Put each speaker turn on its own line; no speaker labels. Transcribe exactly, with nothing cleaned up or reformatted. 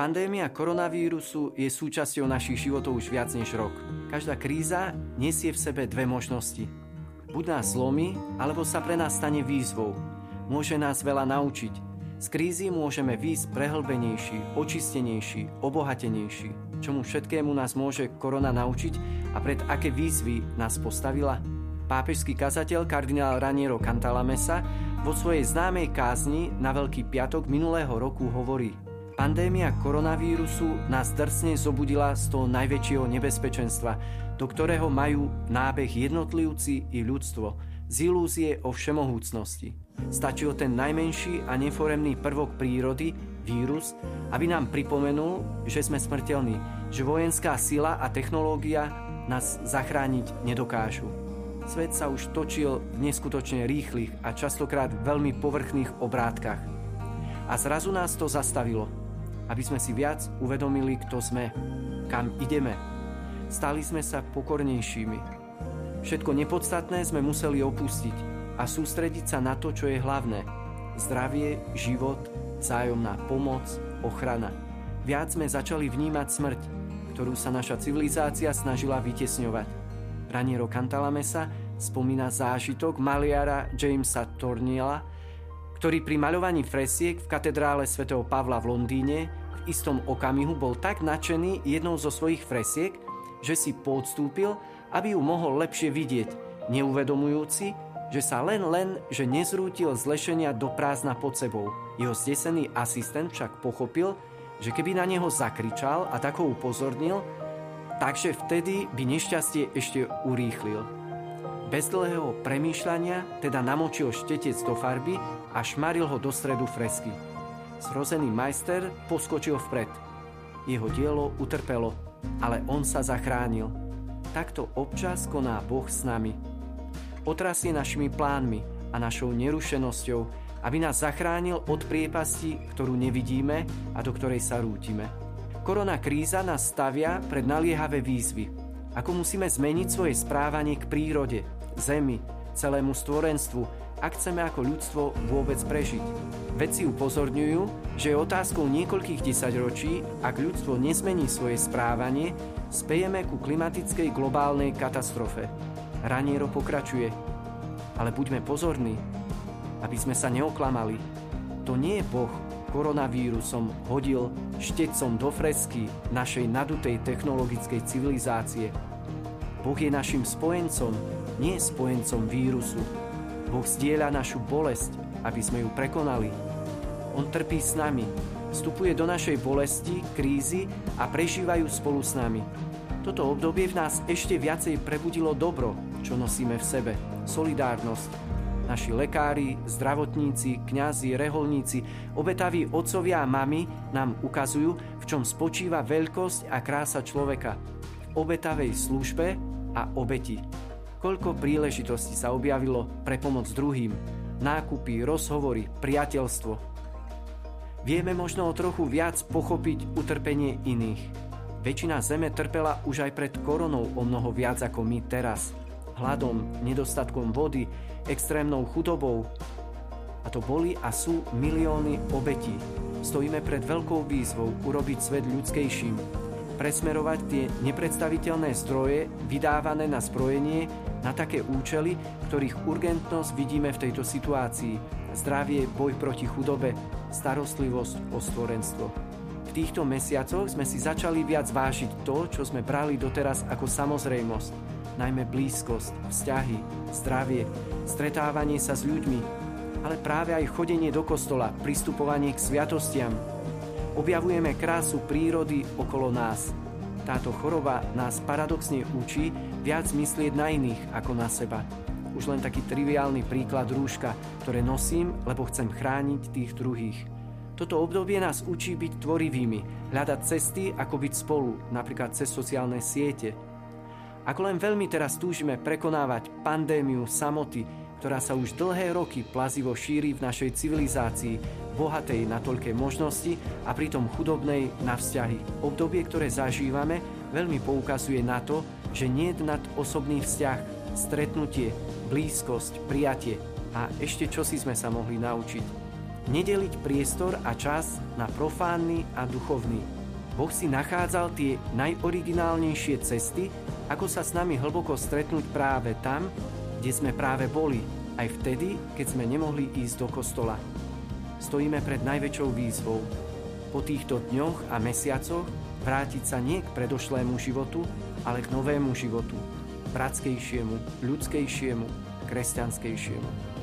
Pandémia koronavírusu je súčasťou našich životov už viac než rok. Každá kríza nesie v sebe dve možnosti. Buď nás zlomí, alebo sa pre nás stane výzvou. Môže nás veľa naučiť. Z krízy môžeme výjsť prehlbenejší, očistenejší, obohatenejší. Čomu všetkému nás môže korona naučiť a pred aké výzvy nás postavila? Pápežský kazateľ kardinál Raniero Cantalamessa vo svojej známej kázni na Veľký piatok minulého roku hovorí: Pandémia koronavírusu nás drsne zobudila z toho najväčšieho nebezpečenstva, do ktorého majú nábeh jednotlivci i ľudstvo, z ilúzie o všemohúcnosti. Stačil ten najmenší a neforemný prvok prírody, vírus, aby nám pripomenul, že sme smrteľní, že vojenská sila a technológia nás zachrániť nedokážu. Svet sa už točil v neskutočne rýchlych a častokrát veľmi povrchných obrátkach. A zrazu nás to zastavilo, aby sme si viac uvedomili, kto sme, kam ideme. Stali sme sa pokornejšími. Všetko nepodstatné sme museli opustiť a sústrediť sa na to, čo je hlavné. Zdravie, život, vzájomná pomoc, ochrana. Viac sme začali vnímať smrť, ktorú sa naša civilizácia snažila vytesňovať. Raniero Cantalamessa spomína zážitok maliara Jamesa Torniela, ktorý pri maľovaní fresiek v katedrále svätého Pavla v Londýne v istom okamihu bol tak nadšený jednou zo svojich fresiek, že si podstúpil, aby ju mohol lepšie vidieť, neuvedomujúci, že sa len len, že nezrútil z lešenia do prázdna pod sebou. Jeho zdesený asistent však pochopil, že keby na neho zakričal a tak ho upozornil, takže vtedy by nešťastie ešte urýchlil. Bez dlhého premýšľania teda namočil štetec do farby a šmaril ho do stredu fresky. Zrozený majster poskočil vpred. Jeho dielo utrpelo, ale on sa zachránil. Takto občas koná Boh s nami. Otrasie našimi plánmi a našou nerušenosťou, aby nás zachránil od priepasti, ktorú nevidíme a do ktorej sa rútime. Korona kríza nás stavia pred naliehavé výzvy. Ako musíme zmeniť svoje správanie k prírode, zemi, celému stvorenstvu, ak chceme ako ľudstvo vôbec prežiť. Vedci upozorňujú, že je otázkou niekoľkých desaťročí, ak ľudstvo nezmení svoje správanie, spejeme ku klimatickej globálnej katastrofe. Raniero pokračuje: ale buďme pozorní, aby sme sa neoklamali. To nie je Boh koronavírusom hodil štecom do fresky našej nadutej technologickej civilizácie. Boh je našim spojencom, nie spojencom vírusu. Boh zdieľa našu bolesť, aby sme ju prekonali. On trpí s nami, vstupuje do našej bolesti, krízy a prežívajú spolu s nami. Toto obdobie v nás ešte viacej prebudilo dobro, čo nosíme v sebe, solidárnosť. Naši lekári, zdravotníci, kňazi, reholníci, obetaví otcovia a mamy nám ukazujú, v čom spočíva veľkosť a krása človeka. V obetavej službe a obeti. Koľko príležitostí sa objavilo pre pomoc druhým, nákupy, rozhovory, priateľstvo. Vieme možno o trochu viac pochopiť utrpenie iných. Väčšina zeme trpela už aj pred koronou o mnoho viac ako my teraz. Hladom, nedostatkom vody, extrémnou chudobou. A to boli a sú milióny obetí. Stojíme pred veľkou výzvou urobiť svet ľudskejším. Presmerovať tie nepredstaviteľné zdroje vydávané na zbrojenie na také účely, ktorých urgentnosť vidíme v tejto situácii. Zdravie, boj proti chudobe, starostlivosť o stvorenstvo. V týchto mesiacoch sme si začali viac vážiť to, čo sme brali doteraz ako samozrejmosť. Najmä blízkosť, vzťahy, zdravie, stretávanie sa s ľuďmi, ale práve aj chodenie do kostola, pristupovanie k sviatostiam. Objavujeme krásu prírody okolo nás. Táto choroba nás paradoxne učí viac myslieť na iných ako na seba. Už len taký triviálny príklad rúška, ktoré nosím, lebo chcem chrániť tých druhých. Toto obdobie nás učí byť tvorivými, hľadať cesty, ako byť spolu, napríklad cez sociálne siete. Ako len veľmi teraz túžime prekonávať pandémiu samoty, ktorá sa už dlhé roky plazivo šíri v našej civilizácii, bohatej na toľké možnosti a pritom chudobnej na vzťahy. Obdobie, ktoré zažívame, veľmi poukazuje na to, že nie je nad osobný vzťah, stretnutie, blízkosť, prijatie a ešte čosi sme sa mohli naučiť. Nedeliť priestor a čas na profánny a duchovný. Boh si nachádzal tie najoriginálnejšie cesty, ako sa s nami hlboko stretnúť práve tam, kde sme práve boli, aj vtedy, keď sme nemohli ísť do kostola. Stojíme pred najväčšou výzvou. Po týchto dňoch a mesiacoch vrátiť sa nie k predošlému životu, ale k novému životu. Bratskejšiemu, ľudskejšiemu, kresťanskejšiemu.